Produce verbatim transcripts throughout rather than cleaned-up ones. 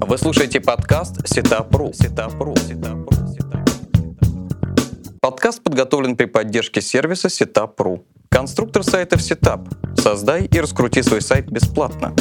Вы слушаете подкаст Setup.ru. Setup.ru. Подкаст подготовлен при поддержке сервиса Setup.ru. Конструктор сайтов Setup. Создай и раскрути свой сайт бесплатно.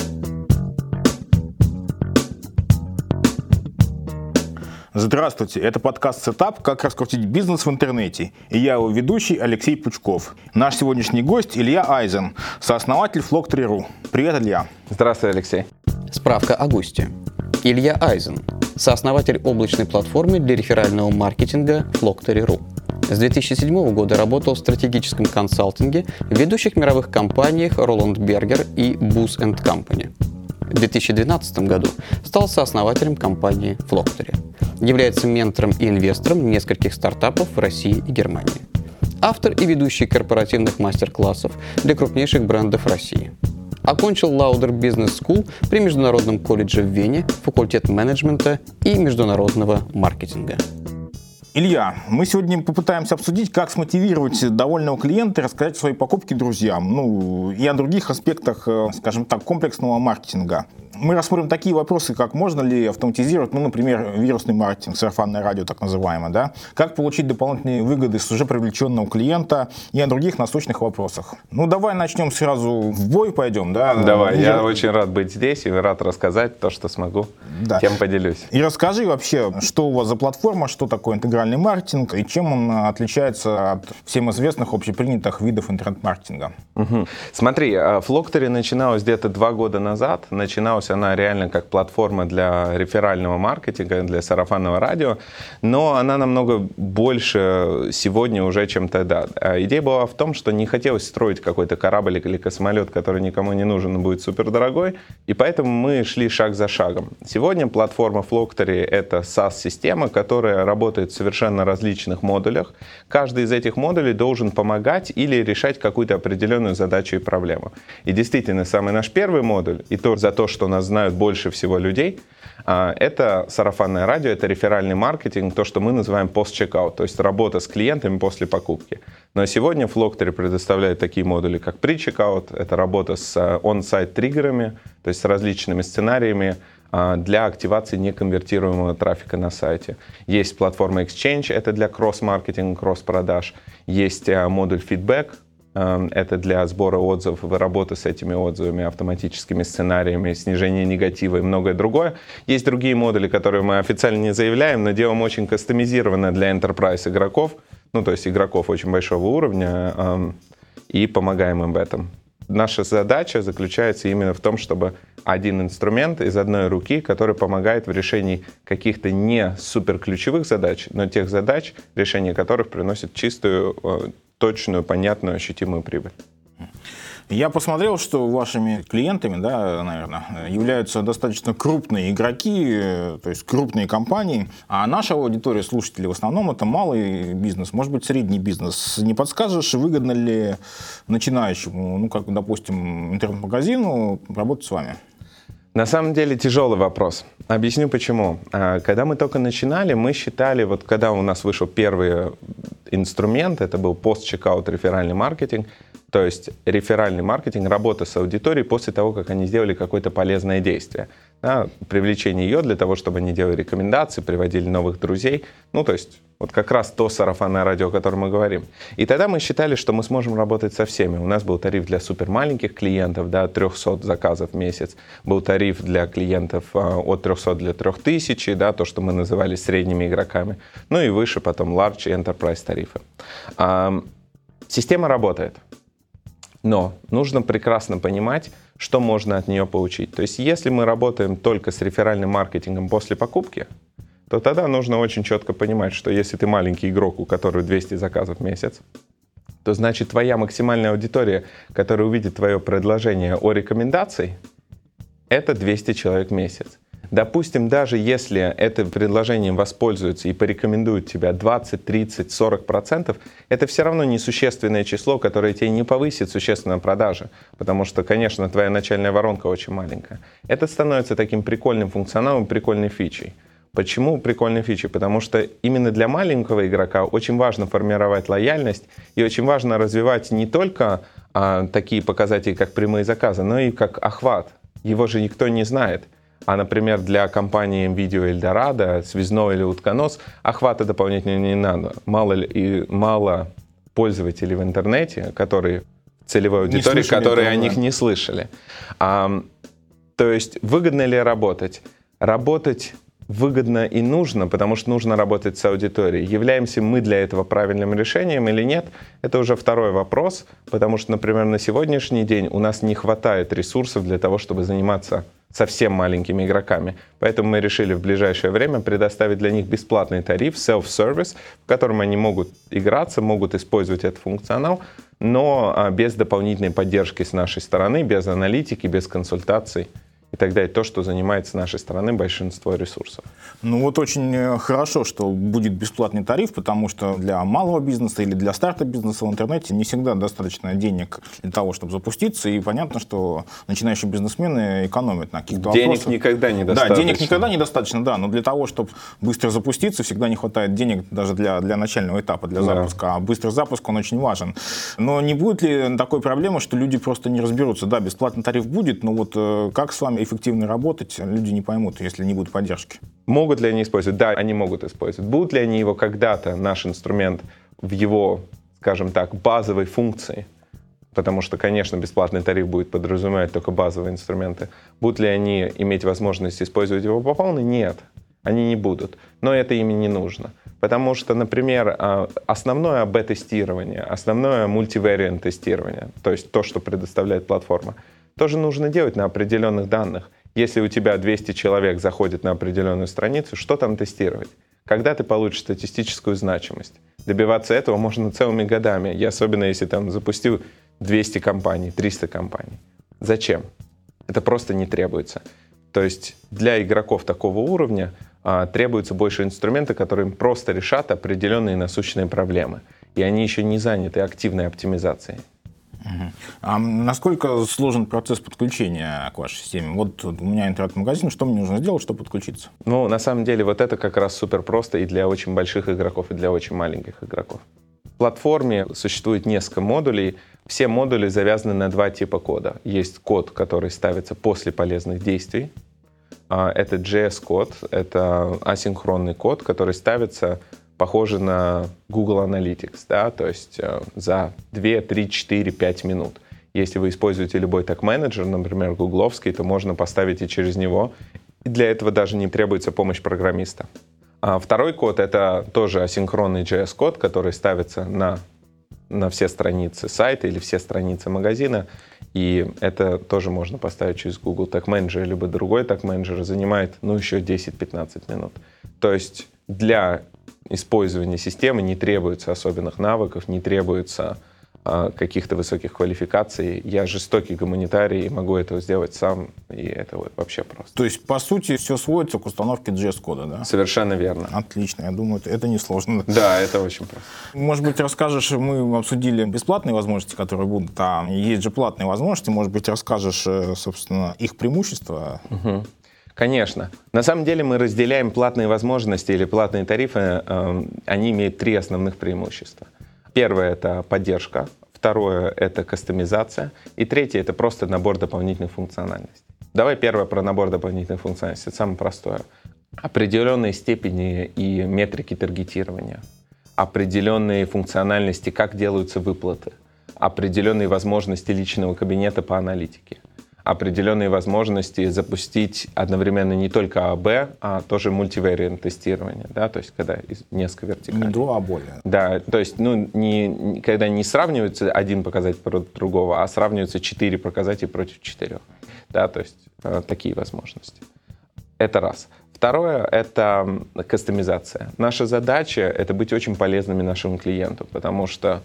Здравствуйте, это подкаст Setup «Как раскрутить бизнес в интернете». И я его ведущий Алексей Пучков. Наш сегодняшний гость Илья Айзен, сооснователь Flocktory точка ру. Привет, Илья. Здравствуй, Алексей. Справка о госте. Илья Айзен, сооснователь облачной платформы для реферального маркетинга Flocktory точка ру. С две тысячи седьмого года работал в стратегическом консалтинге в ведущих мировых компаниях Roland Berger и Booz энд Company. В две тысячи двенадцатом году стал сооснователем компании Flocktory. Является ментором и инвестором нескольких стартапов в России и Германии. Автор и ведущий корпоративных мастер-классов для крупнейших брендов России. Окончил Lauder Business School при Международном колледже в Вене, факультет менеджмента и международного маркетинга. Илья, мы сегодня попытаемся обсудить, как смотивировать довольного клиента и рассказать о своей покупке друзьям, ну и о других аспектах, скажем так, комплексного маркетинга. Мы рассмотрим такие вопросы, как можно ли автоматизировать, ну, например, вирусный маркетинг, сарафанное радио так называемое, да, как получить дополнительные выгоды с уже привлеченного клиента и о других насущных вопросах. Ну, давай начнем сразу, в бой пойдем, да? Давай, и я очень рад быть здесь и рад рассказать то, что смогу, да. Тем поделюсь. И расскажи вообще, что у вас за платформа, что такое интегральный маркетинг и чем он отличается от всем известных общепринятых видов интернет-маркетинга. Угу. Смотри, Flocktory начиналась где-то два года назад, начиналась она реально как платформа для реферального маркетинга, для сарафанного радио, но она намного больше сегодня уже, чем тогда. Идея была в том, что не хотелось строить какой-то корабль или космолет, который никому не нужен и будет супердорогой, и поэтому мы шли шаг за шагом. Сегодня платформа Flocktory — это SaaS-система, которая работает в совершенно различных модулях. Каждый из этих модулей должен помогать или решать какую-то определенную задачу и проблему. И действительно, самый наш первый модуль, и то за то, что нас знают больше всего людей, это сарафанное радио, это реферальный маркетинг, то, что мы называем пост-чекаут, то есть работа с клиентами после покупки. Но сегодня Flocktory предоставляет такие модули, как pre-checkout, это работа с он-сайт триггерами, то есть с различными сценариями для активации неконвертируемого трафика на сайте. Есть платформа Exchange, это для кросс-маркетинга, кросс-продаж. Есть модуль Feedback, это для сбора отзывов и работы с этими отзывами, автоматическими сценариями, снижения негатива и многое другое. Есть другие модули, которые мы официально не заявляем, но делаем очень кастомизированно для enterprise игроков, ну то есть игроков очень большого уровня, и помогаем им в этом. Наша задача заключается именно в том, чтобы один инструмент из одной руки, который помогает в решении каких-то не суперключевых задач, но тех задач, решение которых приносит чистую, точную, понятную, ощутимую прибыль. Я посмотрел, что вашими клиентами, да, наверное, являются достаточно крупные игроки, то есть крупные компании, а наша аудитория слушателей в основном это малый бизнес, может быть, средний бизнес. Не подскажешь, выгодно ли начинающему, ну, как, допустим, интернет-магазину работать с вами? На самом деле тяжелый вопрос. Объясню почему. Когда мы только начинали, мы считали, вот когда у нас вышел первый инструмент, это был пост-чекаут реферальный маркетинг, то есть реферальный маркетинг, работа с аудиторией после того, как они сделали какое-то полезное действие. Да, привлечение ее для того, чтобы они делали рекомендации, приводили новых друзей. Ну, то есть вот как раз то сарафанное радио, о котором мы говорим. И тогда мы считали, что мы сможем работать со всеми. У нас был тариф для супермаленьких клиентов, да, триста заказов в месяц. Был тариф для клиентов от трехсот до трёх тысяч, да, то, что мы называли средними игроками. Ну и выше потом large и enterprise тарифы. А, система работает. Но нужно прекрасно понимать, что можно от нее получить. То есть если мы работаем только с реферальным маркетингом после покупки, то тогда нужно очень четко понимать, что если ты маленький игрок, у которого двести заказов в месяц, то значит твоя максимальная аудитория, которая увидит твое предложение о рекомендации, это двести человек в месяц. Допустим, даже если этим предложением воспользуются и порекомендуют тебя двадцать, тридцать, сорок процентов, это все равно несущественное число, которое тебе не повысит существенно продажи, потому что, конечно, твоя начальная воронка очень маленькая. Это становится таким прикольным функционалом, прикольной фичей. Почему прикольной фичей? Потому что именно для маленького игрока очень важно формировать лояльность и очень важно развивать не только а, такие показатели, как прямые заказы, но и как охват. Его же никто не знает. А, например, для компании NVIDIA Eldorado, связной или утконос, охвата дополнительно не надо. Мало, ли, и мало пользователей в интернете, которые целевой аудитории, которые этого, о них да. не слышали. А, то есть выгодно ли работать? Работать выгодно и нужно, потому что нужно работать с аудиторией. Являемся мы для этого правильным решением или нет, это уже второй вопрос, потому что, например, на сегодняшний день у нас не хватает ресурсов для того, чтобы заниматься совсем маленькими игроками. Поэтому мы решили в ближайшее время предоставить для них бесплатный тариф, self-service, в котором они могут играться, могут использовать этот функционал, но без дополнительной поддержки с нашей стороны, без аналитики, без консультаций. И тогда и то, что занимает с нашей стороны большинство ресурсов. Ну вот очень хорошо, что будет бесплатный тариф, потому что для малого бизнеса или для старта бизнеса в интернете не всегда достаточно денег для того, чтобы запуститься. И понятно, что начинающие бизнесмены экономят на каких-то денег вопросах. Денег никогда недостаточно. Да, денег никогда недостаточно, да. Но для того, чтобы быстро запуститься, всегда не хватает денег даже для, для начального этапа, для запуска. Да. А быстрый запуск, он очень важен. Но не будет ли такой проблемы, что люди просто не разберутся? Да, бесплатный тариф будет, но вот как с вами эффективно работать, люди не поймут, если не будет поддержки. Могут ли они использовать? Да, они могут использовать. Будут ли они его когда-то, наш инструмент, в его, скажем так, базовой функции? Потому что, конечно, бесплатный тариф будет подразумевать только базовые инструменты. Будут ли они иметь возможность использовать его по полной? Нет, они не будут. Но это им не нужно. Потому что, например, основное эй би-тестирование, основное мультивариант тестирование, то есть то, что предоставляет платформа, тоже нужно делать на определенных данных. Если у тебя двести человек заходит на определенную страницу, что там тестировать? Когда ты получишь статистическую значимость? Добиваться этого можно целыми годами, и особенно если там запустил двести компаний, триста компаний. Зачем? Это просто не требуется. То есть для игроков такого уровня а, требуются больше инструменты, которые просто решат определенные насущные проблемы. И они еще не заняты активной оптимизацией. А насколько сложен процесс подключения к вашей системе? Вот у меня интернет-магазин, что мне нужно сделать, чтобы подключиться? Ну, на самом деле, вот это как раз супер просто и для очень больших игроков, и для очень маленьких игроков. В платформе существует несколько модулей. Все модули завязаны на два типа кода. Есть код, который ставится после полезных действий. Это джей эс-код, это асинхронный код, который ставится похоже на Google Analytics, да, то есть э, за два, три, четыре, пять минут. Если вы используете любой тег-менеджер, например, гугловский, то можно поставить и через него. И для этого даже не требуется помощь программиста. А второй код — это тоже асинхронный джей эс-код, который ставится на, на все страницы сайта или все страницы магазина. И это тоже можно поставить через Google Tag Manager, либо другой Tag Manager, занимает ну, еще десять-пятнадцать минут. То есть для использование системы не требуется особенных навыков, не требуется а, каких-то высоких квалификаций. Я жестокий гуманитарий и могу это сделать сам, и это вот вообще просто. То есть, по сути, все сводится к установке джей эс-кода, да? Совершенно верно. Отлично, я думаю, это несложно. Да, это очень просто. Может быть, расскажешь, мы обсудили бесплатные возможности, которые будут, а есть же платные возможности, может быть, расскажешь, собственно, их преимущества? Угу. Конечно. На самом деле мы разделяем платные возможности или платные тарифы. Э, они имеют три основных преимущества. Первое — это поддержка. Второе — это кастомизация. И третье — это просто набор дополнительных функциональностей. Давай первое про набор дополнительных функциональностей. Это самое простое. Определенные степени и метрики таргетирования. Определенные функциональности, как делаются выплаты. Определенные возможности личного кабинета по аналитике. Определенные возможности запустить одновременно не только эй би, а тоже мультивариант тестирование, да, то есть когда несколько вертикалей. Не два, а более. Да, то есть, ну, не, когда не сравнивается один показатель против другого, а сравниваются четыре показателя против четырех, да, то есть э, такие возможности. Это раз. Второе — это кастомизация. Наша задача — это быть очень полезными нашему клиенту, потому что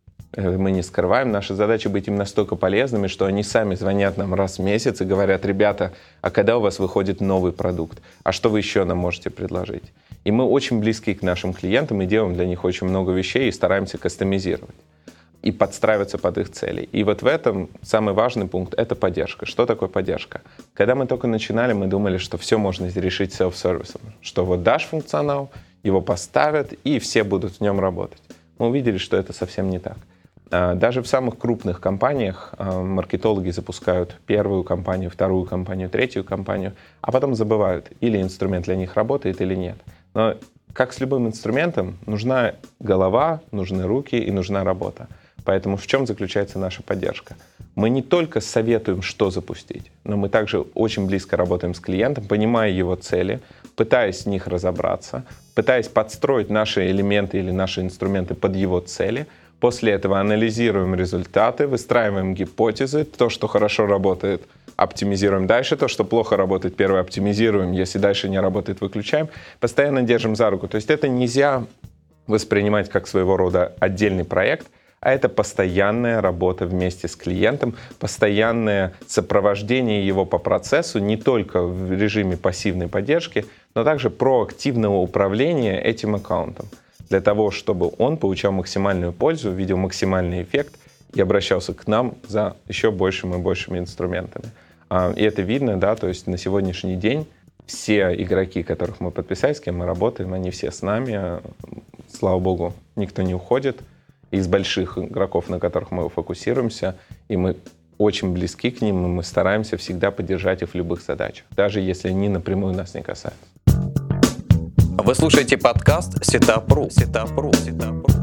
мы не скрываем, наша задача быть им настолько полезными, что они сами звонят нам раз в месяц и говорят: ребята, а когда у вас выходит новый продукт? А что вы еще нам можете предложить? И мы очень близки к нашим клиентам и делаем для них очень много вещей и стараемся кастомизировать и подстраиваться под их цели. И вот в этом самый важный пункт — это поддержка. Что такое поддержка? Когда мы только начинали, мы думали, что все можно решить селф-сервисом, что вот дашь функционал, его поставят, и все будут в нем работать. Мы увидели, что это совсем не так. Даже в самых крупных компаниях маркетологи запускают первую кампанию, вторую кампанию, третью кампанию, а потом забывают, или инструмент для них работает, или нет. Но как с любым инструментом, нужна голова, нужны руки и нужна работа. Поэтому в чем заключается наша поддержка? Мы не только советуем, что запустить, но мы также очень близко работаем с клиентом, понимая его цели, пытаясь в них разобраться, пытаясь подстроить наши элементы или наши инструменты под его цели. После этого анализируем результаты, выстраиваем гипотезы, то, что хорошо работает, оптимизируем дальше, то, что плохо работает, первое оптимизируем, если дальше не работает, выключаем, постоянно держим за руку. То есть это нельзя воспринимать как своего рода отдельный проект, а это постоянная работа вместе с клиентом, постоянное сопровождение его по процессу, не только в режиме пассивной поддержки, но также проактивного управления этим аккаунтом, для того, чтобы он получал максимальную пользу, видел максимальный эффект и обращался к нам за еще большими и большими инструментами. И это видно, да, то есть на сегодняшний день все игроки, которых мы подписали, с кем мы работаем, они все с нами. Слава богу, никто не уходит из больших игроков, на которых мы фокусируемся, и мы очень близки к ним, и мы стараемся всегда поддержать их в любых задачах, даже если они напрямую нас не касаются. Вы слушаете подкаст Setup.ru. Setup.ru. Setup.ru.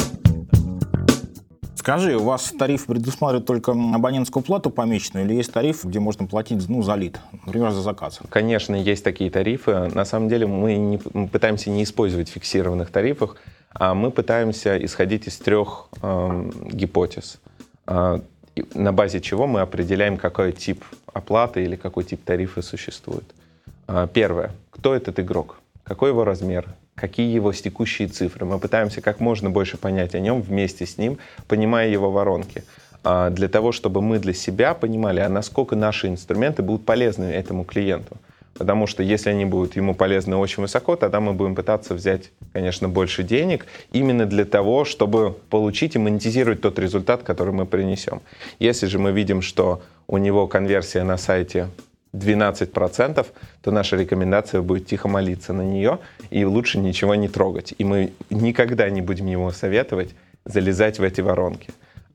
Скажи, у вас тариф предусматривает только абонентскую плату помесячную, или есть тариф, где можно платить, ну, за лид, например, за заказ? Конечно, есть такие тарифы. На самом деле мы, не, мы пытаемся не использовать фиксированных тарифов, а мы пытаемся исходить из трех э, гипотез, э, на базе чего мы определяем, какой тип оплаты или какой тип тарифа существует. Э, первое. Кто этот игрок? Какой его размер? Какие его текущие цифры? Мы пытаемся как можно больше понять о нем вместе с ним, понимая его воронки, э, для того, чтобы мы для себя понимали, а насколько наши инструменты будут полезны этому клиенту. Потому что если они будут ему полезны очень высоко, тогда мы будем пытаться взять, конечно, больше денег именно для того, чтобы получить и монетизировать тот результат, который мы принесем. Если же мы видим, что у него конверсия на сайте двенадцать процентов, то наша рекомендация будет тихо молиться на нее и лучше ничего не трогать. И мы никогда не будем ему советовать залезать в эти воронки.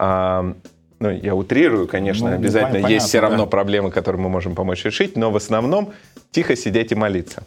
Ну, я утрирую, конечно, ну, обязательно понятно, есть все равно да. проблемы, которые мы можем помочь решить, но в основном тихо сидеть и молиться.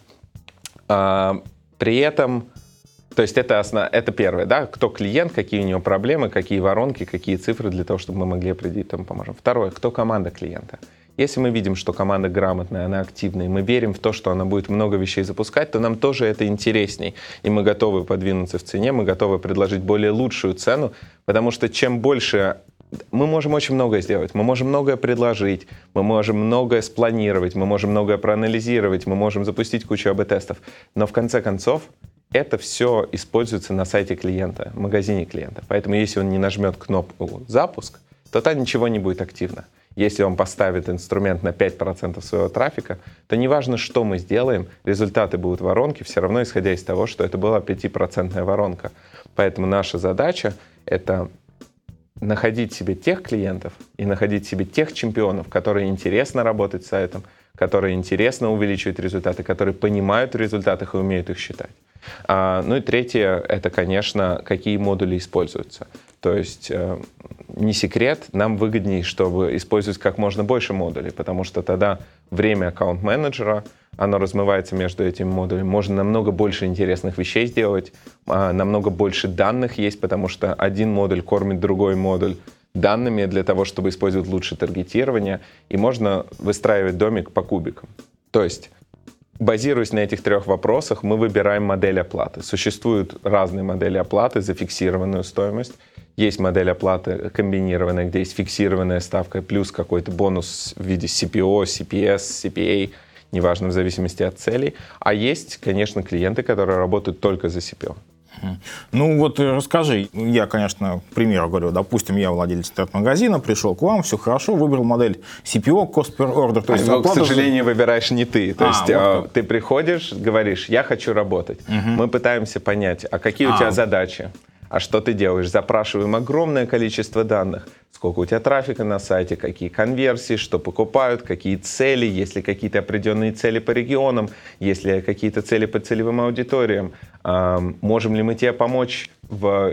А, при этом, то есть это, основ, это первое, да, кто клиент, какие у него проблемы, какие воронки, какие цифры для того, чтобы мы могли определить, там поможем. Второе, кто команда клиента. Если мы видим, что команда грамотная, она активная, и мы верим в то, что она будет много вещей запускать, то нам тоже это интересней. И мы готовы подвинуться в цене, мы готовы предложить более лучшую цену, потому что чем больше... Мы можем очень многое сделать, мы можем многое предложить, мы можем многое спланировать, мы можем многое проанализировать, мы можем запустить кучу эй би тестов, но в конце концов это все используется на сайте клиента, в магазине клиента. Поэтому если он не нажмет кнопку «Запуск», то там ничего не будет активно. Если он поставит инструмент на пять процентов своего трафика, то неважно, что мы сделаем, результаты будут воронки, все равно исходя из того, что это была пятипроцентная воронка. Поэтому наша задача — это находить себе тех клиентов и находить себе тех чемпионов, которые интересно работать с сайтом, которые интересно увеличивают результаты, которые понимают в результатах и умеют их считать. А, ну и третье — это, конечно, какие модули используются. То есть э, не секрет, нам выгоднее, чтобы использовать как можно больше модулей, потому что тогда время аккаунт-менеджера, оно размывается между этими модулями. Можно намного больше интересных вещей сделать, а, намного больше данных есть, потому что один модуль кормит другой модуль данными для того, чтобы использовать лучше таргетирование, и можно выстраивать домик по кубикам. То есть, базируясь на этих трех вопросах, мы выбираем модель оплаты. Существуют разные модели оплаты за фиксированную стоимость. Есть модель оплаты комбинированная, где есть фиксированная ставка плюс какой-то бонус в виде си пи о, си пи эс, си пи эй, неважно, в зависимости от целей. А есть, конечно, клиенты, которые работают только за си пи о. Ну вот расскажи, я, конечно, к примеру говорю, допустим, я владелец интернет-магазина, пришел к вам, все хорошо, выбрал модель си пи о, cost per order. То есть, а, к сожалению, выбираешь не ты. То а, есть вот ты приходишь, говоришь, я хочу работать. Угу. Мы пытаемся понять, а какие а. у тебя задачи? А что ты делаешь? Запрашиваем огромное количество данных. Сколько у тебя трафика на сайте, какие конверсии, что покупают, какие цели, есть ли какие-то определенные цели по регионам, есть ли какие-то цели по целевым аудиториям. Можем ли мы тебе помочь в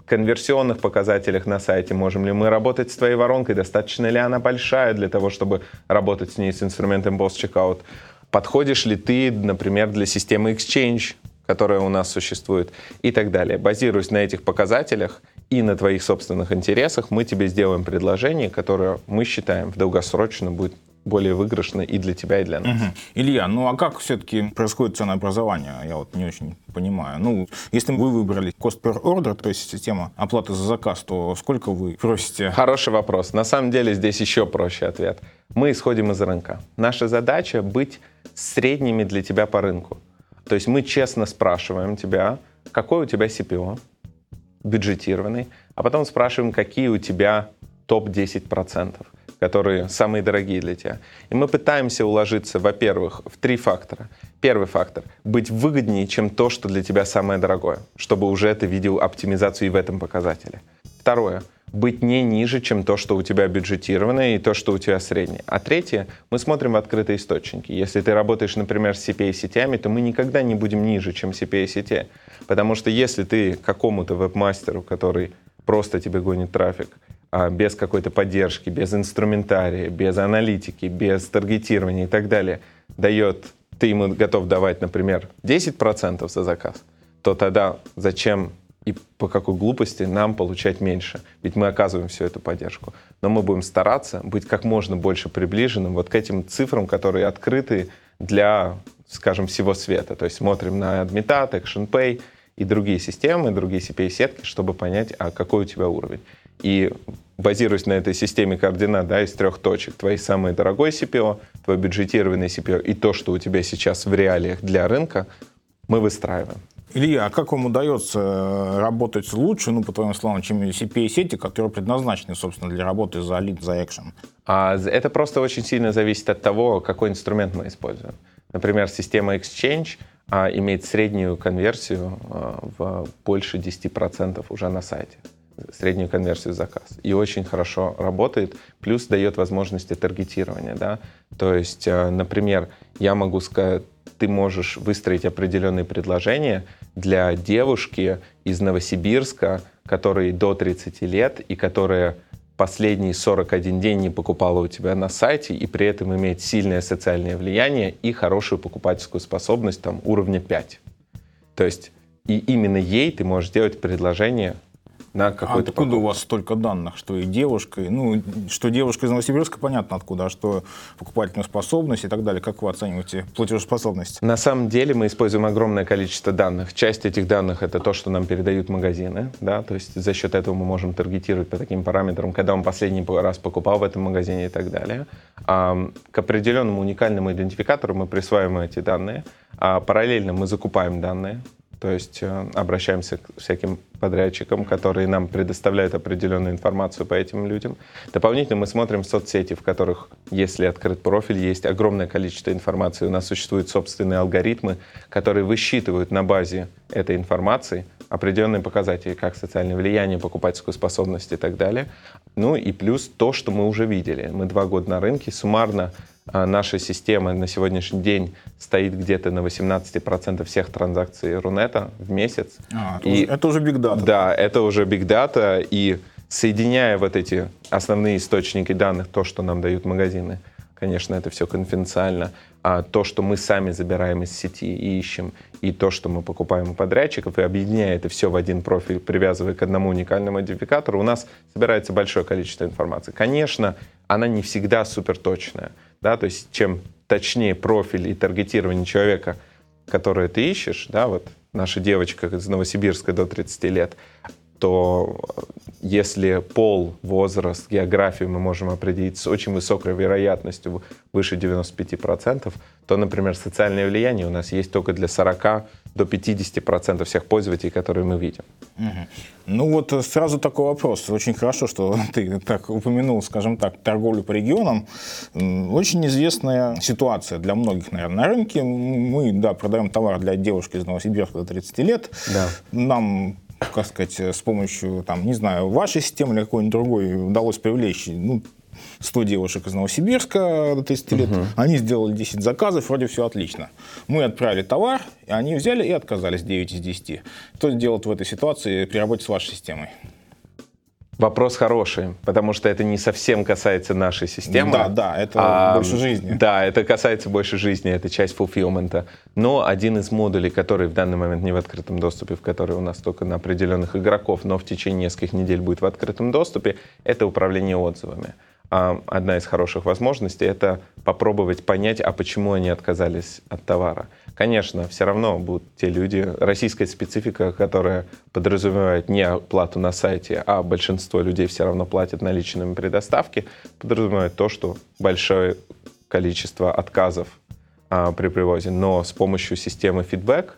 конверсионных показателях на сайте, можем ли мы работать с твоей воронкой, достаточно ли она большая для того, чтобы работать с ней с инструментом post-checkout. Подходишь ли ты, например, для системы Exchange, которая у нас существует, и так далее. Базируясь на этих показателях и на твоих собственных интересах, мы тебе сделаем предложение, которое мы считаем в долгосрочно будет более выигрышно и для тебя, и для нас. Угу. Илья, ну а как все-таки происходит ценообразование? Я вот не очень понимаю. Ну, если вы выбрали cost per order, то есть система оплаты за заказ, то сколько вы просите? Хороший вопрос. На самом деле здесь еще проще ответ. Мы исходим из рынка. Наша задача быть средними для тебя по рынку. То есть мы честно спрашиваем тебя, какой у тебя си пи о, бюджетированный, а потом спрашиваем, какие у тебя топ десять процентов, которые самые дорогие для тебя. И мы пытаемся уложиться, во-первых, в три фактора. Первый фактор — быть выгоднее, чем то, что для тебя самое дорогое, чтобы уже ты видел оптимизацию и в этом показателе. Второе — быть не ниже, чем то, что у тебя бюджетированное, и то, что у тебя среднее. А третье — мы смотрим в открытые источники. Если ты работаешь, например, с си пи эй-сетями, то мы никогда не будем ниже, чем си пи эй-сети. Потому что если ты какому-то веб-мастеру, который просто тебе гонит трафик, без какой-то поддержки, без инструментария, без аналитики, без таргетирования и так далее, дает, ты ему готов давать, например, десять процентов за заказ, то тогда зачем и по какой глупости нам получать меньше? Ведь мы оказываем всю эту поддержку. Но мы будем стараться быть как можно больше приближенным вот к этим цифрам, которые открыты для, скажем, всего света. То есть смотрим на Admitat, ActionPay и другие системы, другие си пи эй-сетки, чтобы понять, а какой у тебя уровень. И базируясь на этой системе координат, да, из трех точек, твой самый дорогой си пи о, твой бюджетированный си пи о и то, что у тебя сейчас в реалиях для рынка, мы выстраиваем. Илья, а как вам удается работать лучше, ну, по твоим словам, чем си пи эй-сети, которые предназначены, собственно, для работы за лид, за экшен? А это просто очень сильно зависит от того, какой инструмент мы используем. Например, система Exchange а, имеет среднюю конверсию а, в больше десять процентов уже на сайте. Среднюю конверсию в заказ. И очень хорошо работает, плюс дает возможности таргетирования. Да? То есть, например, я могу сказать, ты можешь выстроить определенные предложения для девушки из Новосибирска, которой до тридцати лет и которая последние сорок один день не покупала у тебя на сайте и при этом имеет сильное социальное влияние и хорошую покупательскую способность там, уровня пять. То есть и именно ей ты можешь сделать предложение на какой-то. Откуда покупку. У вас столько данных, что и девушка, ну, что девушка из Новосибирска, понятно откуда, а что покупательная способность и так далее. Как вы оцениваете платежеспособность? На самом деле мы используем огромное количество данных. Часть этих данных — это то, что нам передают магазины, да, то есть за счет этого мы можем таргетировать по таким параметрам, когда он последний раз покупал в этом магазине и так далее. А, к определенному уникальному идентификатору мы присваиваем эти данные, а параллельно мы закупаем данные. То есть э, обращаемся к всяким подрядчикам, которые нам предоставляют определенную информацию по этим людям. Дополнительно мы смотрим соцсети, в которых, если открыт профиль, есть огромное количество информации. У нас существуют собственные алгоритмы, которые высчитывают на базе этой информации определенные показатели, как социальное влияние, покупательскую способность и так далее. Ну и плюс то, что мы уже видели. Мы два года на рынке, суммарно наша система на сегодняшний день стоит где-то на восемнадцати процентах всех транзакций Рунета в месяц. А, это, и, уже, это уже Big Data. Да, это уже Big Data. И соединяя вот эти основные источники данных, то, что нам дают магазины, конечно, это все конфиденциально, а то, что мы сами забираем из сети и ищем, и то, что мы покупаем у подрядчиков, и объединяя это все в один профиль, привязывая к одному уникальному идентификатору, у нас собирается большое количество информации. Конечно, она не всегда суперточная. Да, то есть чем точнее профиль и таргетирование человека, которое ты ищешь, да, вот наша девочка из Новосибирска до тридцати лет, то если пол, возраст, географию мы можем определить с очень высокой вероятностью, выше девяноста пяти процентов, то, например, социальное влияние у нас есть только для сорока до пятидесяти процентов всех пользователей, которые мы видим. Угу. Ну вот сразу такой вопрос. Очень хорошо, что ты так упомянул, скажем так, торговлю по регионам. Очень известная ситуация для многих, наверное, на рынке. Мы, да, продаем товар для девушки из Новосибирска до тридцати лет. Да. Нам, как сказать, с помощью, там, не знаю, вашей системы или какой-нибудь другой удалось привлечь, ну, сто девушек из Новосибирска до тридцати лет. Угу. Они сделали десять заказов, вроде все отлично. Мы отправили товар, и они взяли и отказались девять из десяти. Что делать в этой ситуации при работе с вашей системой? Вопрос хороший, потому что это не совсем касается нашей системы. Да, да, это а, больше жизни. Да, это касается больше жизни, это часть фулфилмента. Но один из модулей, который в данный момент не в открытом доступе, в который у нас только на определенных игроков, но в течение нескольких недель будет в открытом доступе, это управление отзывами. А одна из хороших возможностей — это попробовать понять, а почему они отказались от товара. Конечно, все равно будут те люди, российская специфика, которая подразумевает не оплату на сайте, а большинство людей все равно платят наличными при доставке, подразумевает то, что большое количество отказов а, при привозе. Но с помощью системы фидбэк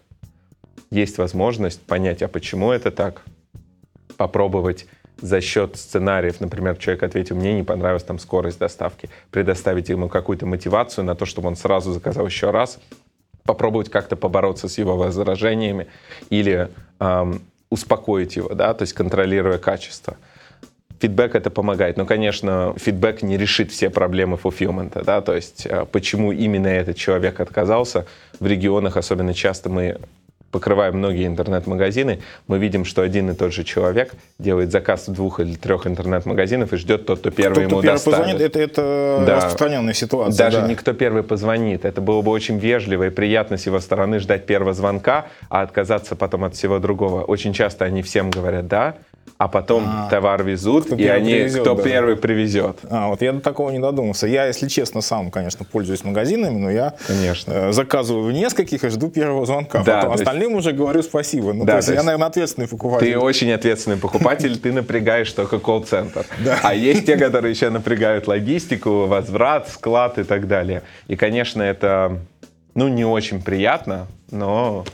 есть возможность понять, а почему это так, попробовать за счет сценариев, например, человек ответил, мне не понравилась там скорость доставки, предоставить ему какую-то мотивацию на то, чтобы он сразу заказал еще раз, попробовать как-то побороться с его возражениями или эм, успокоить его, да, то есть контролируя качество. Фидбэк это помогает, но, конечно, фидбэк не решит все проблемы фулфилмента, да, то есть э, почему именно этот человек отказался. В регионах особенно часто мы покрывая многие интернет-магазины, мы видим, что один и тот же человек делает заказ в двух или трех интернет-магазинов и ждет тот, кто первый кто, ему кто доставит. Позвонит, это, это да. распространенная ситуация. Даже да. не кто первый позвонит. Это было бы очень вежливо и приятно с его стороны ждать первого звонка, а отказаться потом от всего другого. Очень часто они всем говорят «да», а потом а, товар везут, и они, привезет, кто да. первый привезет. А, вот я до такого не додумался. Я, если честно, сам, конечно, пользуюсь магазинами, но я конечно. Э, заказываю в нескольких и жду первого звонка. Да, Потом остальным есть... уже говорю спасибо. Ну, да, то есть то я, есть наверное, ответственный покупатель. Ты очень ответственный покупатель, ты напрягаешь только колл-центр. А есть те, которые еще напрягают логистику, возврат, склад и так далее. И, конечно, это ну, не очень приятно, но...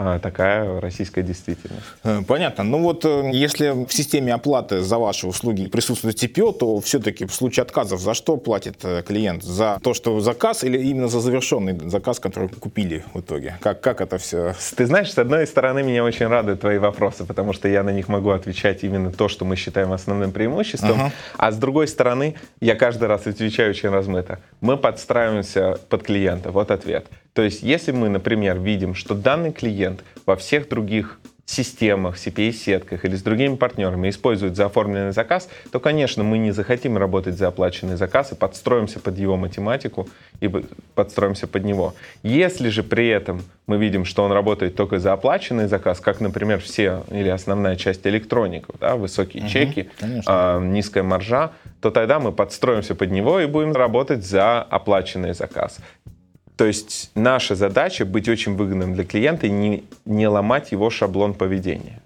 такая российская действительность. Понятно. Ну вот если в системе оплаты за ваши услуги присутствует ти пи о, то все-таки в случае отказов за что платит клиент? За то, что заказ, или именно за завершенный заказ, который купили в итоге? Как, как это все? Ты знаешь, с одной стороны, меня очень радуют твои вопросы, потому что я на них могу отвечать именно то, что мы считаем основным преимуществом. Uh-huh. А с другой стороны, я каждый раз отвечаю очень размыто. Мы подстраиваемся под клиента. Вот ответ. То есть, если мы, например, видим, что данный клиент во всех других системах, си пи эй-сетках или с другими партнерами использует заоформленный заказ, то, конечно, мы не захотим работать за оплаченный заказ и подстроимся под его математику и подстроимся под него. Если же при этом мы видим, что он работает только за оплаченный заказ, как, например, все или основная часть электроников, да, высокие угу, чеки, э, низкая маржа, то тогда мы подстроимся под него и будем работать за оплаченный заказ. То есть наша задача быть очень выгодным для клиента и не, не ломать его шаблон поведения.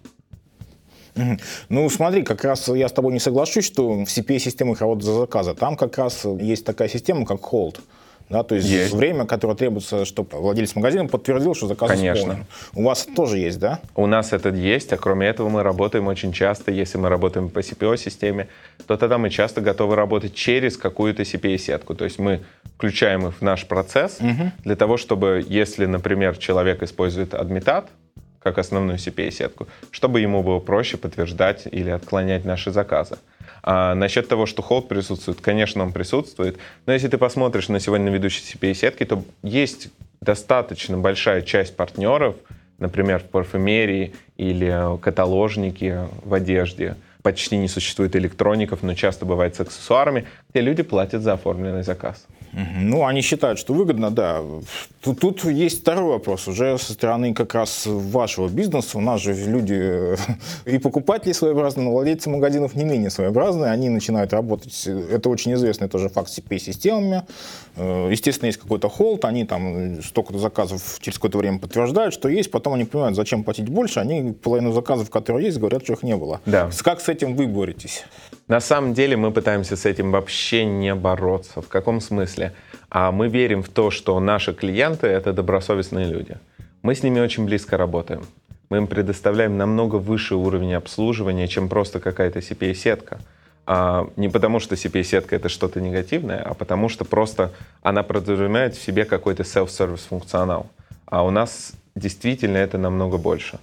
Mm-hmm. Ну, смотри, как раз я с тобой не соглашусь, что в си пи эй-системах работа за заказы. Там как раз есть такая система, как Hold. Да, то есть, есть время, которое требуется, чтобы владелец магазина подтвердил, что заказ Конечно. исполнен. У вас тоже есть, да? У нас это есть, а кроме этого мы работаем очень часто, если мы работаем по си пи о-системе, то тогда мы часто готовы работать через какую-то си пи эй-сетку. То есть мы включаем их в наш процесс угу. для того, чтобы, если, например, человек использует Admitat как основную си пи эй-сетку, чтобы ему было проще подтверждать или отклонять наши заказы. А насчет того, что Hold присутствует, конечно, он присутствует, но если ты посмотришь на сегодня на ведущие си пи эй-сетки, то есть достаточно большая часть партнеров, например, в парфюмерии или каталожники в одежде, почти не существует электроников, но часто бывает с аксессуарами, где люди платят за оформленный заказ. Ну, они считают, что выгодно, да. Тут, тут есть второй вопрос. Уже со стороны как раз вашего бизнеса. У нас же люди и покупатели своеобразные, но владельцы магазинов не менее своеобразные. Они начинают работать, это очень известный тоже факт, с си пи эй-системами. Естественно, есть какой-то холд, они там столько-то заказов через какое-то время подтверждают, что есть. Потом они понимают, зачем платить больше. Они половину заказов, которые есть, говорят, что их не было. Да. Как с этим вы боретесь? На самом деле мы пытаемся с этим вообще не бороться. В каком смысле? А мы верим в то, что наши клиенты — это добросовестные люди. Мы с ними очень близко работаем. Мы им предоставляем намного выше уровень обслуживания, чем просто какая-то си пи эй-сетка. А не потому, что си пи эй-сетка — это что-то негативное, а потому что просто она подразумевает в себе какой-то self-service функционал. А у нас действительно это намного больше.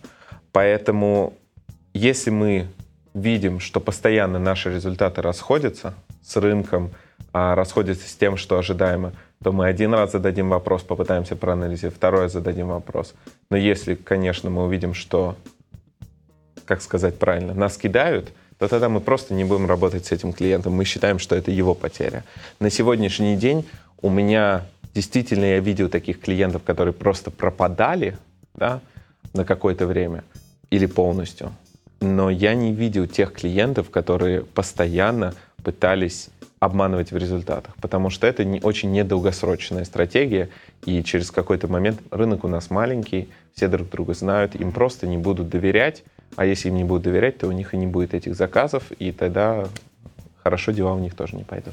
Поэтому если мы видим, что постоянно наши результаты расходятся, с рынком а, расходится с тем, что ожидаемо, то мы один раз зададим вопрос, попытаемся проанализировать, второй раз зададим вопрос. Но если, конечно, мы увидим, что, как сказать правильно, нас кидают, то тогда мы просто не будем работать с этим клиентом. Мы считаем, что это его потеря. На сегодняшний день у меня действительно, я видел таких клиентов, которые просто пропадали, да, на какое-то время или полностью. Но я не видел тех клиентов, которые постоянно пытались обманывать в результатах, потому что это не, очень недолгосрочная стратегия, и через какой-то момент рынок у нас маленький, все друг друга знают, им просто не будут доверять, а если им не будут доверять, то у них и не будет этих заказов, и тогда хорошо дела у них тоже не пойдут.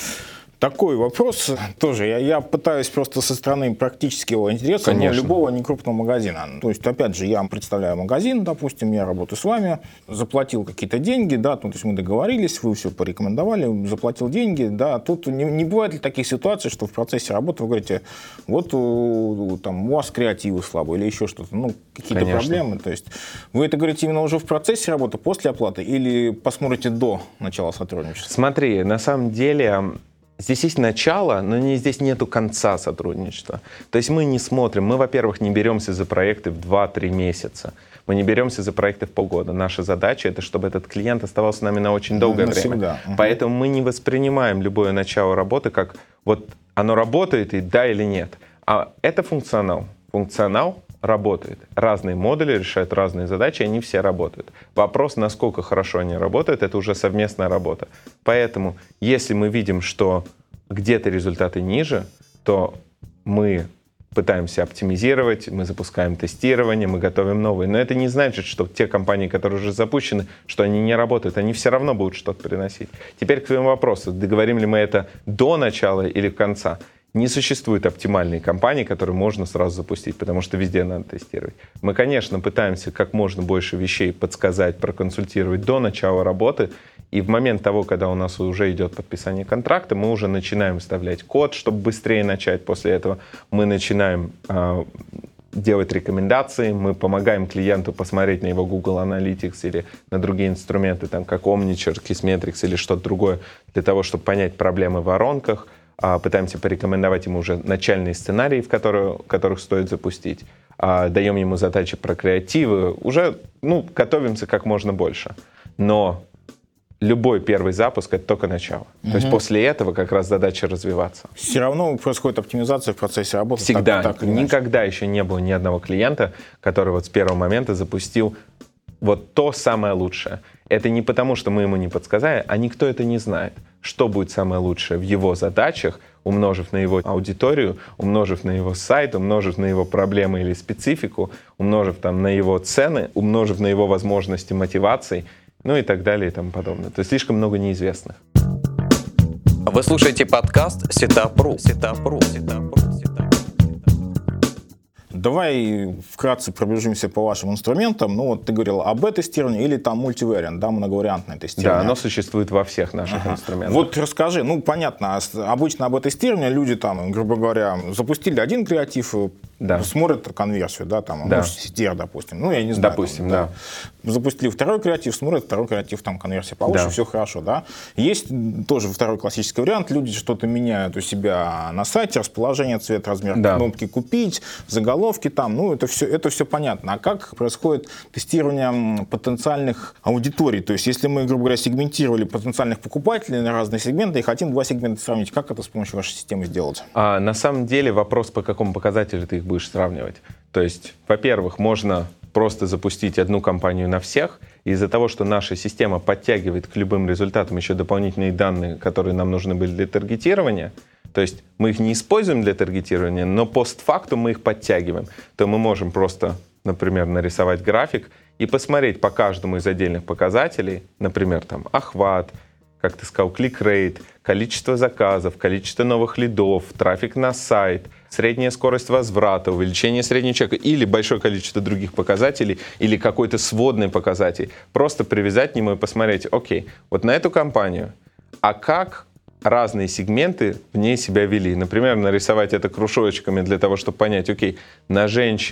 Такой вопрос тоже. Я, я пытаюсь просто со стороны практического интереса, но любого некрупного магазина. То есть, опять же, я представляю магазин, допустим, я работаю с вами, заплатил какие-то деньги, да, то есть мы договорились, вы все порекомендовали, заплатил деньги, да. Тут не, не бывает ли таких ситуаций, что в процессе работы вы говорите, вот там у вас креативы слабые или еще что-то, ну, какие-то Конечно. проблемы. То есть вы это говорите именно уже в процессе работы, после оплаты, или посмотрите до начала сотрудничества? Смотри, на самом деле... Здесь есть начало, но не, здесь нету конца сотрудничества. То есть мы не смотрим, мы, во-первых, не беремся за проекты в два-три месяца. Мы не беремся за проекты в полгода. Наша задача — это чтобы этот клиент оставался с нами на очень долгое ну, время. Всегда. Поэтому мы не воспринимаем любое начало работы как вот оно работает и да или нет. А это функционал. Функционал работает. Разные модули решают разные задачи, они все работают. Вопрос, насколько хорошо они работают, это уже совместная работа. Поэтому, если мы видим, что где-то результаты ниже, то мы пытаемся оптимизировать, мы запускаем тестирование, мы готовим новые. Но это не значит, что те компании, которые уже запущены, что они не работают, они все равно будут что-то приносить. Теперь к твоему вопросу, договорим ли мы это до начала или конца? Не существует оптимальной компании, которую можно сразу запустить, потому что везде надо тестировать. Мы, конечно, пытаемся как можно больше вещей подсказать, проконсультировать до начала работы, и в момент того, когда у нас уже идет подписание контракта, мы уже начинаем вставлять код, чтобы быстрее начать. После этого мы начинаем э, делать рекомендации, мы помогаем клиенту посмотреть на его Google Analytics или на другие инструменты, там, как Omniture, Kissmetrics или что-то другое, для того, чтобы понять проблемы в воронках. Пытаемся порекомендовать ему уже начальные сценарии, в которые, которых стоит запустить. Даем ему задачи про креативы. Уже ну, готовимся как можно больше. Но любой первый запуск — это только начало. Угу. То есть после этого как раз задача развиваться. Все равно происходит оптимизация в процессе работы. Всегда. Так, так Никогда еще не было ни одного клиента, который вот с первого момента запустил вот то самое лучшее. Это не потому, что мы ему не подсказали, а никто это не знает. Что будет самое лучшее в его задачах, умножив на его аудиторию, умножив на его сайт, умножив на его проблемы или специфику, умножив там на его цены, умножив на его возможности мотивации, ну и так далее и тому подобное. То есть слишком много неизвестных. Вы слушаете подкаст Setup.ru. Setup.ru. Setup.ru. Давай вкратце пробежимся по вашим инструментам. Ну вот ты говорил об бета-тестировании или там мультивариант, да, многовариантное тестирование. Да, оно существует во всех наших ага. инструментах. Вот расскажи, ну понятно, обычно об бета-тестировании люди там, грубо говоря, запустили один креатив, да. смотрят конверсию, да, там, да. ну, сетер, допустим, ну я не знаю. Допустим, там, да. да. Запустили второй креатив, смотрят второй креатив, там конверсия получше, да. все хорошо, да. Есть тоже второй классический вариант, люди что-то меняют у себя на сайте, расположение, цвет, размер да. кнопки «Купить», заголовки там, ну это все, это все понятно. А как происходит тестирование потенциальных аудиторий? То есть если мы, грубо говоря, сегментировали потенциальных покупателей на разные сегменты и хотим два сегмента сравнить, как это с помощью вашей системы сделать? А, на самом деле вопрос, по какому показателю ты их будешь сравнивать. То есть, во-первых, можно просто запустить одну компанию на всех. И из-за того, что наша система подтягивает к любым результатам еще дополнительные данные, которые нам нужны были для таргетирования, то есть мы их не используем для таргетирования, но постфактум мы их подтягиваем, то мы можем просто, например, нарисовать график и посмотреть по каждому из отдельных показателей, например, там охват, как ты сказал, клик-рейт, количество заказов, количество новых лидов, трафик на сайт, средняя скорость возврата, увеличение среднего чека или большое количество других показателей, или какой-то сводный показатель. Просто привязать к нему и посмотреть, окей, вот на эту компанию, а как разные сегменты в ней себя вели. Например, нарисовать это кружочками для того, чтобы понять, окей, на женщин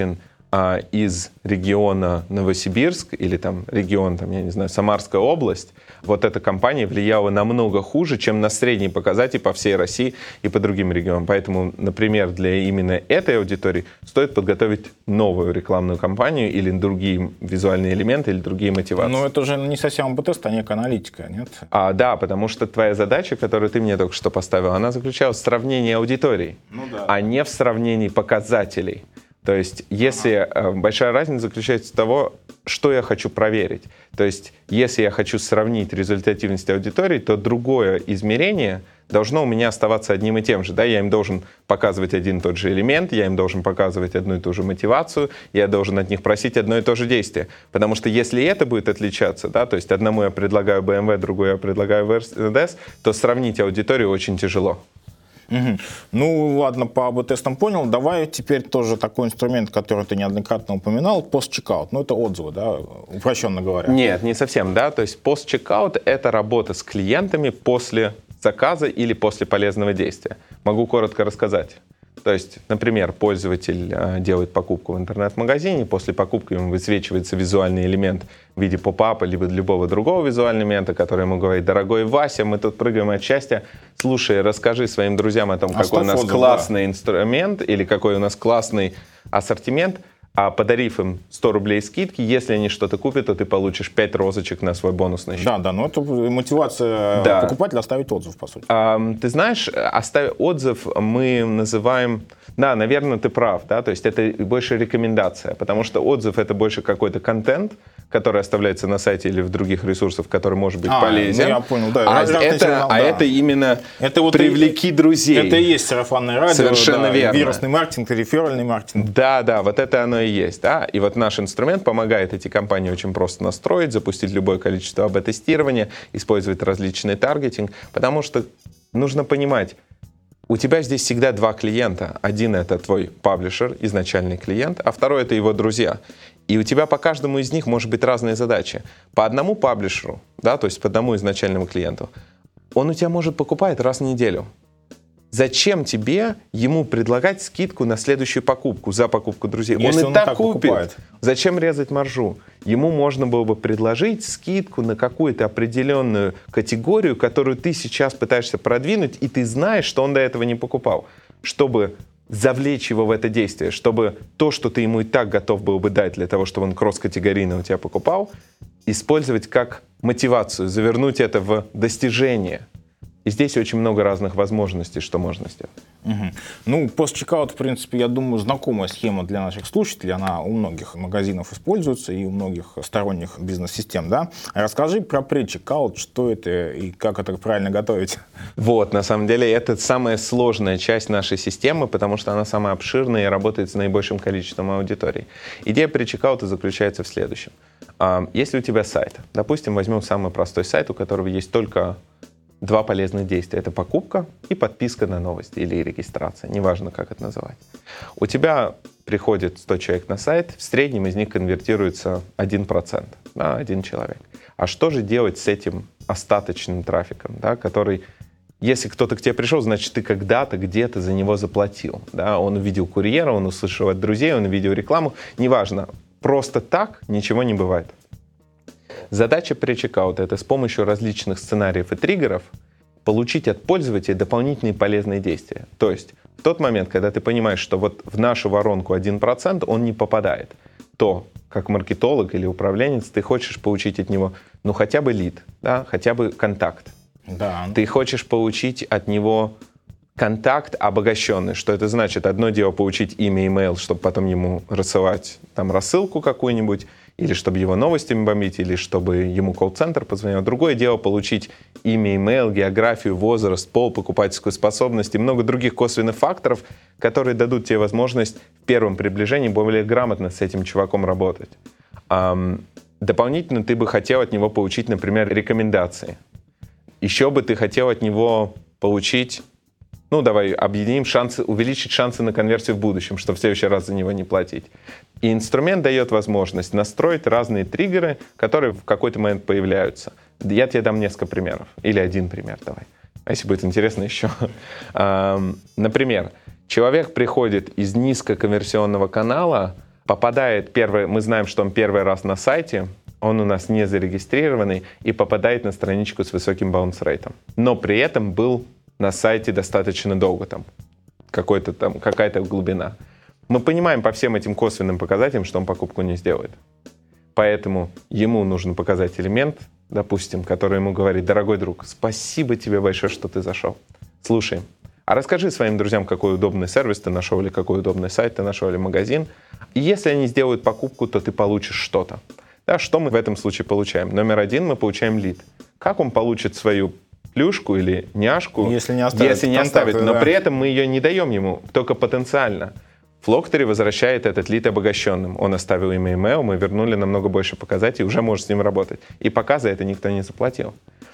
а, из региона Новосибирск или там регион, там, я не знаю, Самарская область, вот эта компания влияла намного хуже, чем на средний показатель по всей России и по другим регионам. Поэтому, например, для именно этой аудитории стоит подготовить новую рекламную кампанию или другие визуальные элементы, или другие мотивации. Но это же не совсем эй-би-тест, а некая аналитика, нет? А, да, потому что твоя задача, которую ты мне только что поставил, она заключалась в сравнении аудиторий, ну, да. а не в сравнении показателей. То есть, если ага. большая разница заключается в том, что я хочу проверить. То есть, если я хочу сравнить результативность аудитории, то другое измерение должно у меня оставаться одним и тем же. Да? Я им должен показывать один и тот же элемент, я им должен показывать одну и ту же мотивацию, я должен от них просить одно и то же действие. Потому что если это будет отличаться, да, то есть одному я предлагаю бэ эм вэ, другому я предлагаю Mercedes, то сравнить аудиторию очень тяжело. Угу. Ну, ладно, по эй-би-тестам понял. Давай теперь тоже такой инструмент, который ты неоднократно упоминал, пост-чекаут. Ну, это отзывы, да, упрощенно говоря. Нет, не совсем, да. То есть пост-чекаут — это работа с клиентами после заказа или после полезного действия. Могу коротко рассказать. То есть, например, пользователь э, делает покупку в интернет-магазине, после покупки ему высвечивается визуальный элемент в виде поп-апа либо любого другого визуального элемента, который ему говорит: дорогой Вася, мы тут прыгаем от счастья, слушай, расскажи своим друзьям о том, а какой у нас отзыв, классный да. инструмент или какой у нас классный ассортимент, а подарив им сто рублей скидки, если они что-то купят, то ты получишь пять розочек на свой бонусный счет. Да, да, но это мотивация да. покупателя оставить отзыв, по сути. А, ты знаешь, оставить отзыв мы называем... Да, наверное, ты прав, да, то есть это больше рекомендация, потому что отзыв — это больше какой-то контент, который оставляется на сайте или в других ресурсах, который может быть а, полезен. Ну, я понял, да. А, это, сигнал, а да. это именно это вот привлеки и, друзей. Это и есть сарафанное радио, совершенно да, верно. Вирусный маркетинг, реферальный маркетинг. Да, да, вот это оно и есть. Да? И вот наш инструмент помогает эти компании очень просто настроить, запустить любое количество эй би-тестирования, использовать различный таргетинг, потому что нужно понимать, у тебя здесь всегда два клиента. Один — это твой паблишер, изначальный клиент, а второй — это его друзья. И у тебя по каждому из них может быть разные задачи. По одному паблишеру, да, то есть по одному изначальному клиенту, он у тебя может покупать раз в неделю. Зачем тебе ему предлагать скидку на следующую покупку за покупку друзей? Если он и он так так купит. Покупает. Зачем резать маржу? Ему можно было бы предложить скидку на какую-то определенную категорию, которую ты сейчас пытаешься продвинуть, и ты знаешь, что он до этого не покупал, чтобы завлечь его в это действие, чтобы то, что ты ему и так готов был бы дать для того, чтобы он кросс-категорийно у тебя покупал, использовать как мотивацию, завернуть это в достижение. И здесь очень много разных возможностей, что можно сделать. Угу. Ну, пост-чекаут, в принципе, я думаю, знакомая схема для наших слушателей. Она у многих магазинов используется и у многих сторонних бизнес-систем, да? Расскажи про пред-чекаут, что это и как это правильно готовить. Вот, на самом деле, это самая сложная часть нашей системы, потому что она самая обширная и работает с наибольшим количеством аудиторий. Идея пред-чекаута заключается в следующем. Если у тебя сайт, допустим, возьмем самый простой сайт, у которого есть только два полезных действия. Это покупка и подписка на новости или регистрация. Неважно, как это называть. У тебя приходит сто человек на сайт, в среднем из них конвертируется один процент, да, один человек. А что же делать с этим остаточным трафиком, да, который, если кто-то к тебе пришел, значит, ты когда-то где-то за него заплатил. Да? Он увидел курьера, он услышал от друзей, он увидел рекламу. Неважно. Просто так ничего не бывает. Задача пред-чекаута — это с помощью различных сценариев и триггеров получить от пользователя дополнительные полезные действия. То есть в тот момент, когда ты понимаешь, что вот в нашу воронку один процент он не попадает, то как маркетолог или управленец ты хочешь получить от него ну хотя бы лид, да, хотя бы контакт. Да. Ты хочешь получить от него контакт обогащенный. Что это значит? Одно дело получить имя, имейл, чтобы потом ему рассылать там рассылку какую-нибудь, или чтобы его новостями бомбить, или чтобы ему колл-центр позвонил. Другое дело получить имя, имейл, географию, возраст, пол, покупательскую способность и много других косвенных факторов, которые дадут тебе возможность в первом приближении более грамотно с этим чуваком работать. Эм, дополнительно ты бы хотел от него получить, например, рекомендации. Еще бы ты хотел от него получить, ну, давай объединим, шансы, увеличить шансы на конверсию в будущем, чтобы в следующий раз за него не платить. И инструмент дает возможность настроить разные триггеры, которые в какой-то момент появляются. Я тебе дам несколько примеров. Или один пример давай. А если будет интересно, еще. Например, человек приходит из низкоконверсионного канала попадает первый, мы знаем, что он первый раз на сайте, он у нас не зарегистрированный и попадает на страничку с высоким баунс-рейтом. Но при этом был на сайте достаточно долго, там, какой-то, там, какая-то глубина. Мы понимаем по всем этим косвенным показателям, что он покупку не сделает. Поэтому ему нужно показать элемент, допустим, который ему говорит: дорогой друг, спасибо тебе большое, что ты зашел. Слушай, а расскажи своим друзьям, какой удобный сервис ты нашел, или какой удобный сайт ты нашел, или магазин. И если они сделают покупку, то ты получишь что-то. Да, что мы в этом случае получаем? Номер один, мы получаем лид. Как он получит свою плюшку или няшку, если не оставит, если не оставит, но да. при этом мы ее не даем ему, только потенциально. Flocktory возвращает этот лид обогащенным. Он оставил имя и email, мы вернули намного больше показателей, уже может с ним работать. И пока за это никто не заплатил.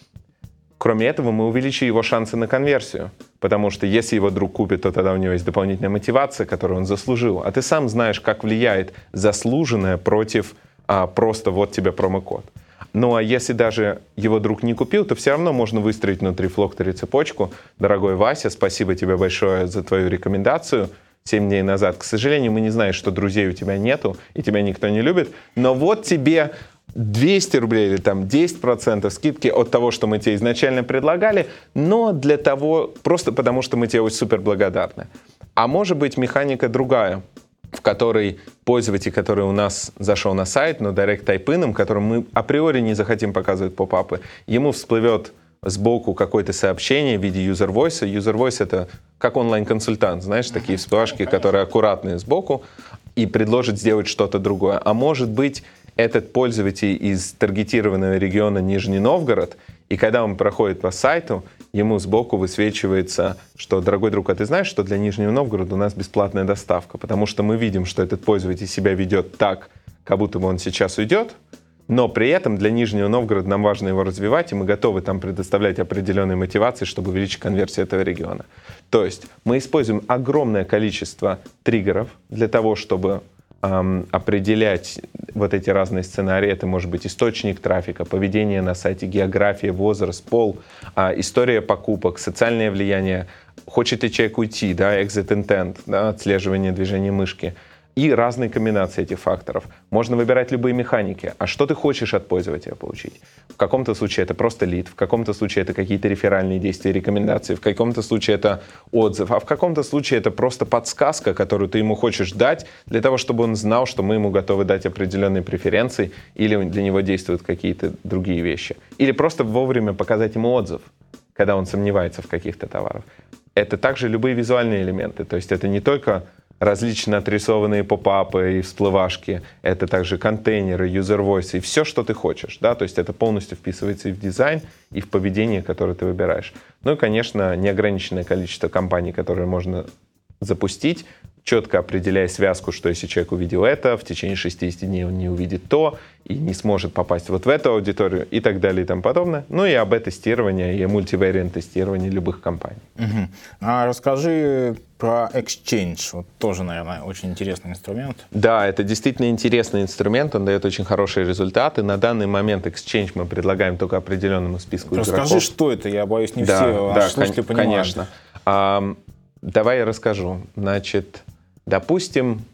Кроме этого, мы увеличили его шансы на конверсию. Потому что если его друг купит, то тогда у него есть дополнительная мотивация, которую он заслужил. А ты сам знаешь, как влияет заслуженное против а, просто вот тебе промокод. Ну а если даже его друг не купил, то все равно можно выстроить внутри Flocktory цепочку. Дорогой Вася, спасибо тебе большое за твою рекомендацию семь дней назад. К сожалению, мы не знаем, что друзей у тебя нету, и тебя никто не любит. Но вот тебе двести рублей или там десять процентов скидки от того, что мы тебе изначально предлагали, но для того, просто потому что мы тебе очень супер благодарны. А может быть механика другая, в которой пользователь, который у нас зашел на сайт, но Direct Type-In, которым мы априори не захотим показывать поп-апы, ему всплывет сбоку какое-то сообщение в виде user voice. User voice — это как онлайн-консультант, знаешь, такие всплывашки, которые аккуратные сбоку, и предложит сделать что-то другое. А может быть, этот пользователь из таргетированного региона Нижний Новгород, и когда он проходит по сайту, ему сбоку высвечивается, что, дорогой друг, а ты знаешь, что для Нижнего Новгорода у нас бесплатная доставка? Потому что мы видим, что этот пользователь себя ведет так, как будто бы он сейчас уйдет, но при этом для Нижнего Новгорода нам важно его развивать, и мы готовы там предоставлять определенные мотивации, чтобы увеличить конверсию этого региона. То есть мы используем огромное количество триггеров для того, чтобы эм, определять вот эти разные сценарии. Это может быть источник трафика, поведение на сайте, география, возраст, пол, э, история покупок, социальное влияние, хочет ли человек уйти, да, exit intent, да, отслеживание движения мышки. И разные комбинации этих факторов. Можно выбирать любые механики. А что ты хочешь от пользователя получить? В каком-то случае это просто лид, в каком-то случае это какие-то реферальные действия, рекомендации, в каком-то случае это отзыв, а в каком-то случае это просто подсказка, которую ты ему хочешь дать для того, чтобы он знал, что мы ему готовы дать определенные преференции или для него действуют какие-то другие вещи. Или просто вовремя показать ему отзыв, когда он сомневается в каких-то товарах. Это также любые визуальные элементы. То есть это не только различные отрисованные поп-апы и всплывашки, это также контейнеры, user voice и все, что ты хочешь. Да? То есть это полностью вписывается и в дизайн, и в поведение, которое ты выбираешь. Ну и, конечно, неограниченное количество компаний, которые можно запустить, четко определяя связку, что если человек увидел это, в течение шестидесяти дней он не увидит то, и не сможет попасть вот в эту аудиторию, и так далее, и тому подобное. Ну и эй би тестирование, и мультивариант тестирование любых компаний. Угу. А расскажи про Exchange. Вот тоже, наверное, очень интересный инструмент. Да, это действительно интересный инструмент, он дает очень хорошие результаты. На данный момент Exchange мы предлагаем только определенному списку Расскажи, игроков. Расскажи, что это, я боюсь, не да, все да, слушатели кон- понимают. Конечно. А, давай я расскажу. Значит, допустим,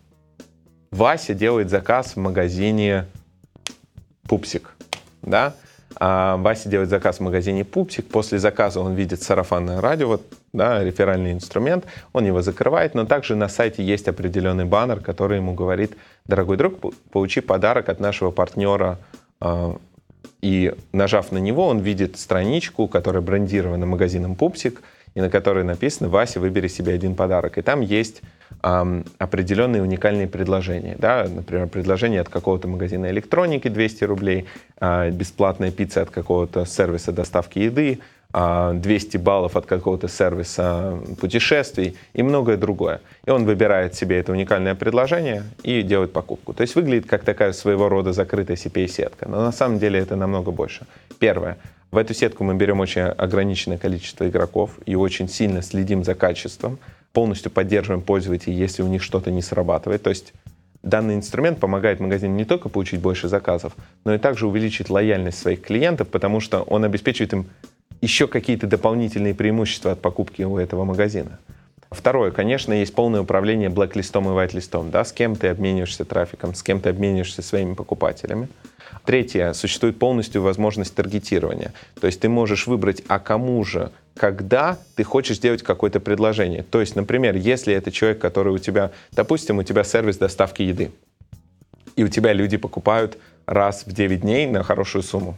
Вася делает заказ в магазине Пупсик, да? А Вася делает заказ в магазине Пупсик. После заказа он видит сарафанное радио, вот, да, реферальный инструмент, он его закрывает, но также на сайте есть определенный баннер, который ему говорит: дорогой друг, получи подарок от нашего партнера. И нажав на него, он видит страничку, которая брендирована магазином Пупсик, и на которой написано: Вася, выбери себе один подарок. И там есть эм, определенные уникальные предложения. Да? Например, предложение от какого-то магазина электроники двести рублей, э, бесплатная пицца от какого-то сервиса доставки еды, э, двести баллов от какого-то сервиса путешествий и многое другое. И он выбирает себе это уникальное предложение и делает покупку. То есть выглядит как такая своего рода закрытая си пи эй-сетка. Но на самом деле это намного больше. Первое. В эту сетку мы берем очень ограниченное количество игроков и очень сильно следим за качеством, полностью поддерживаем пользователей, если у них что-то не срабатывает. То есть данный инструмент помогает магазину не только получить больше заказов, но и также увеличить лояльность своих клиентов, потому что он обеспечивает им еще какие-то дополнительные преимущества от покупки у этого магазина. Второе, конечно, есть полное управление блэк-листом и вайт-листом, да, с кем ты обмениваешься трафиком, с кем ты обмениваешься своими покупателями. Третье, существует полностью возможность таргетирования. То есть ты можешь выбрать, а кому же, когда ты хочешь сделать какое-то предложение. То есть, например, если это человек, который у тебя, допустим, у тебя сервис доставки еды, и у тебя люди покупают раз в девять дней на хорошую сумму,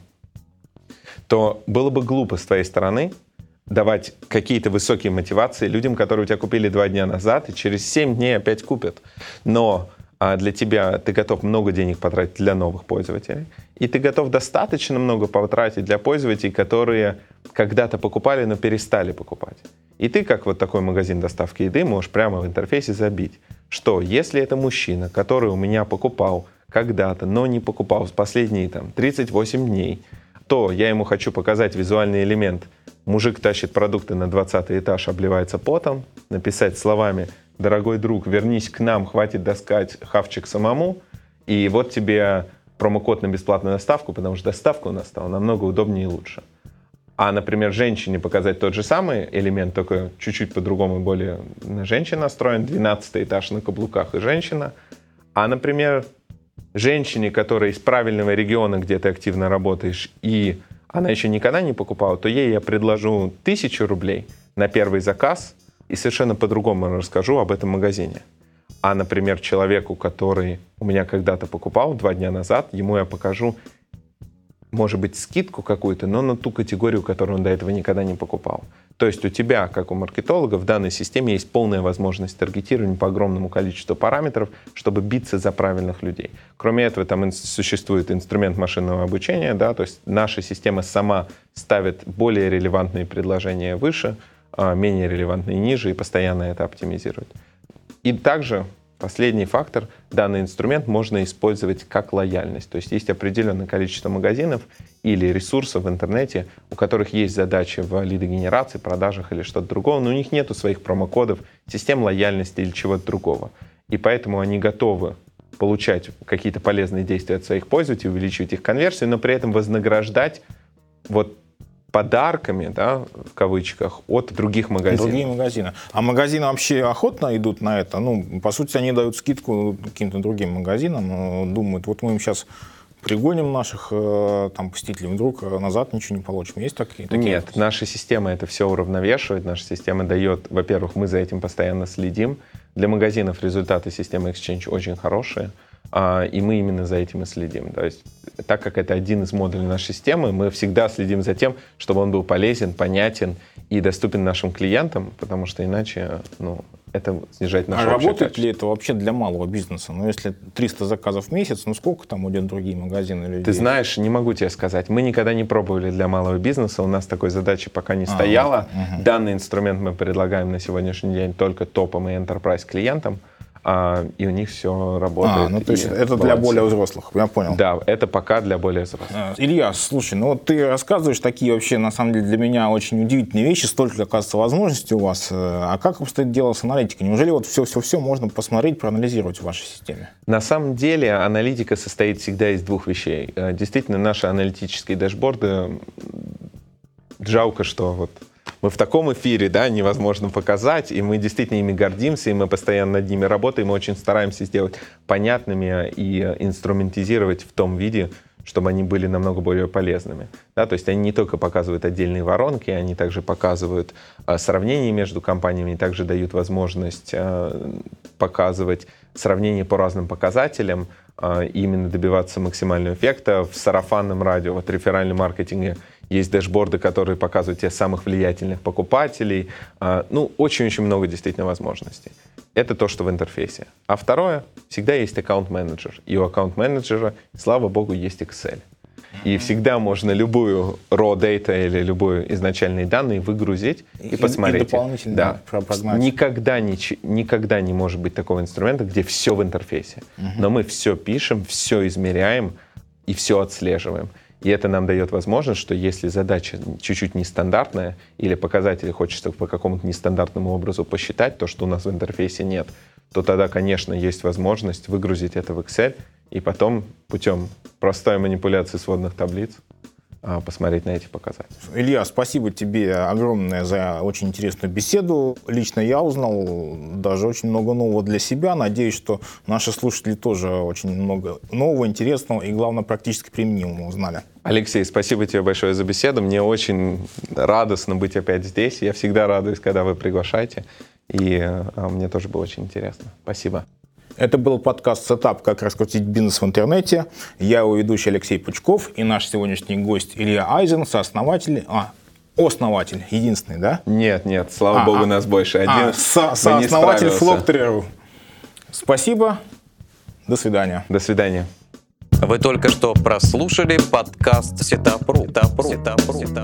то было бы глупо с твоей стороны давать какие-то высокие мотивации людям, которые у тебя купили два дня назад и через семь дней опять купят. Но а для тебя ты готов много денег потратить для новых пользователей, и ты готов достаточно много потратить для пользователей, которые когда-то покупали, но перестали покупать. И ты, как вот такой магазин доставки еды, можешь прямо в интерфейсе забить, что если это мужчина, который у меня покупал когда-то, но не покупал в последние там, тридцать восемь дней, то я ему хочу показать визуальный элемент. Мужик тащит продукты на двадцатый этаж, обливается потом, написать словами: «Дорогой друг, вернись к нам, хватит таскать хавчик самому». И вот тебе промокод на бесплатную доставку, потому что доставка у нас стала намного удобнее и лучше. А, например, женщине показать тот же самый элемент, только чуть-чуть по-другому, более на женщин настроен, двенадцатый этаж на каблуках и женщина. А, например, женщине, которая из правильного региона, где ты активно работаешь, и она еще никогда не покупала, то ей я предложу тысячу рублей на первый заказ и совершенно по-другому расскажу об этом магазине. А, например, человеку, который у меня когда-то покупал два дня назад, ему я покажу, может быть, скидку какую-то, но на ту категорию, которую он до этого никогда не покупал. То есть у тебя, как у маркетолога, в данной системе есть полная возможность таргетирования по огромному количеству параметров, чтобы биться за правильных людей. Кроме этого, там существует инструмент машинного обучения, да, то есть наша система сама ставит более релевантные предложения выше, менее релевантные ниже, и постоянно это оптимизирует. И также последний фактор, данный инструмент можно использовать как лояльность. То есть есть определенное количество магазинов или ресурсов в интернете, у которых есть задачи в лидогенерации, продажах или что-то другое, но у них нету своих промокодов, систем лояльности или чего-то другого. И поэтому они готовы получать какие-то полезные действия от своих пользователей, увеличивать их конверсию, но при этом вознаграждать вот подарками, да, в кавычках, от других магазинов. Другие магазины. А магазины вообще охотно идут на это? Ну, по сути, они дают скидку каким-то другим магазинам, думают, вот мы им сейчас пригоним наших там посетителей, вдруг назад ничего не получим. Есть такие? такие Нет, вопросы? наша система это все уравновешивает. Наша система дает, во-первых, мы за этим постоянно следим. Для магазинов результаты системы Exchange очень хорошие. И мы именно за этим и следим. То есть, так как это один из модулей нашей системы, мы всегда следим за тем, чтобы он был полезен, понятен и доступен нашим клиентам, потому что иначе ну, это снижает наше А общее работает качество. ли это вообще для малого бизнеса? Ну, если триста заказов в месяц, ну сколько там идет другие магазины людей? Ты знаешь, не могу тебе сказать. Мы никогда не пробовали для малого бизнеса. У нас такой задачи пока не А, стояло. угу. Данный инструмент мы предлагаем на сегодняшний день только топам и enterprise клиентам. А, и у них все работает. А, ну то есть это балансирует. для более взрослых, я понял. Да, это пока для более взрослых. Илья, слушай, ну вот ты рассказываешь такие вообще, на самом деле, для меня очень удивительные вещи, столько, оказывается, возможностей у вас. А как обстоит дело с аналитикой? Неужели вот все-все-все можно посмотреть, проанализировать в вашей системе? На самом деле аналитика состоит всегда из двух вещей. Действительно, наши аналитические дашборды, жалко, что вот мы в таком эфире, да, невозможно показать, и мы действительно ими гордимся, и мы постоянно над ними работаем, мы очень стараемся сделать понятными и инструментизировать в том виде, чтобы они были намного более полезными. Да, то есть они не только показывают отдельные воронки, они также показывают а, сравнения между компаниями, также дают возможность а, показывать сравнения по разным показателям, а, и именно добиваться максимального эффекта. В сарафанном радио, вот в реферальном маркетинге есть дэшборды, которые показывают тех самых влиятельных покупателей. А, ну, очень-очень много действительно возможностей. Это то, что в интерфейсе. А второе, всегда есть аккаунт-менеджер. И у аккаунт-менеджера, слава богу, есть Excel. И всегда можно любую raw data или любые изначальные данные выгрузить и, и посмотреть. И дополнительно да. прогнать. Никогда не, никогда не может быть такого инструмента, где все в интерфейсе. Uh-huh. Но мы все пишем, все измеряем и все отслеживаем. И это нам дает возможность, что если задача чуть-чуть нестандартная или показатели хочется по какому-то нестандартному образу посчитать, то, что у нас в интерфейсе нет, то тогда, конечно, есть возможность выгрузить это в Excel и потом путем простой манипуляции сводных таблиц посмотреть на эти показатели. Илья, спасибо тебе огромное за очень интересную беседу. Лично я узнал даже очень много нового для себя. Надеюсь, что наши слушатели тоже очень много нового, интересного и, главное, практически применимого узнали. Алексей, спасибо тебе большое за беседу. Мне очень радостно быть опять здесь. Я всегда радуюсь, когда вы приглашаете. И а, мне тоже было очень интересно. Спасибо. Это был подкаст «Сетап. Как раскрутить бизнес в интернете». Я его ведущий Алексей Пучков и наш сегодняшний гость Илья Айзен, сооснователь, а, основатель, единственный, да? Нет, нет, слава а, богу, а, нас больше. Один а, со, сооснователь Floctory. Спасибо. До свидания. До свидания. Вы только что прослушали подкаст Сетап точка ру.